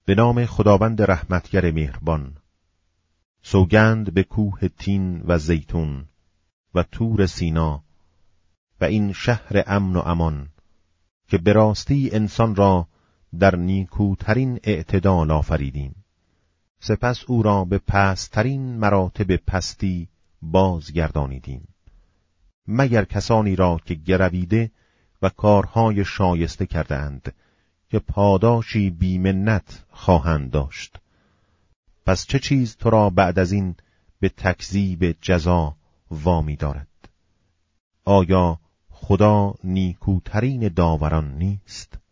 به نام خداوند رحمتگر مهربان. سوگند به کوه تین و زیتون و طور سینا و این شهر امن و امان که به راستی انسان را در نیکوترین اعتدال آفریدیم. سپس او را به پست‌ترین مراتب پستی بازگردانیدیم، مگر کسانی را که گرویده و کارهای شایسته کردند که پاداشی بی‌منت خواهند داشت. پس چه چیز تو را بعد از این به تکذیب جزا وامی دارد؟ آیا خدا نیکوترین داوران نیست؟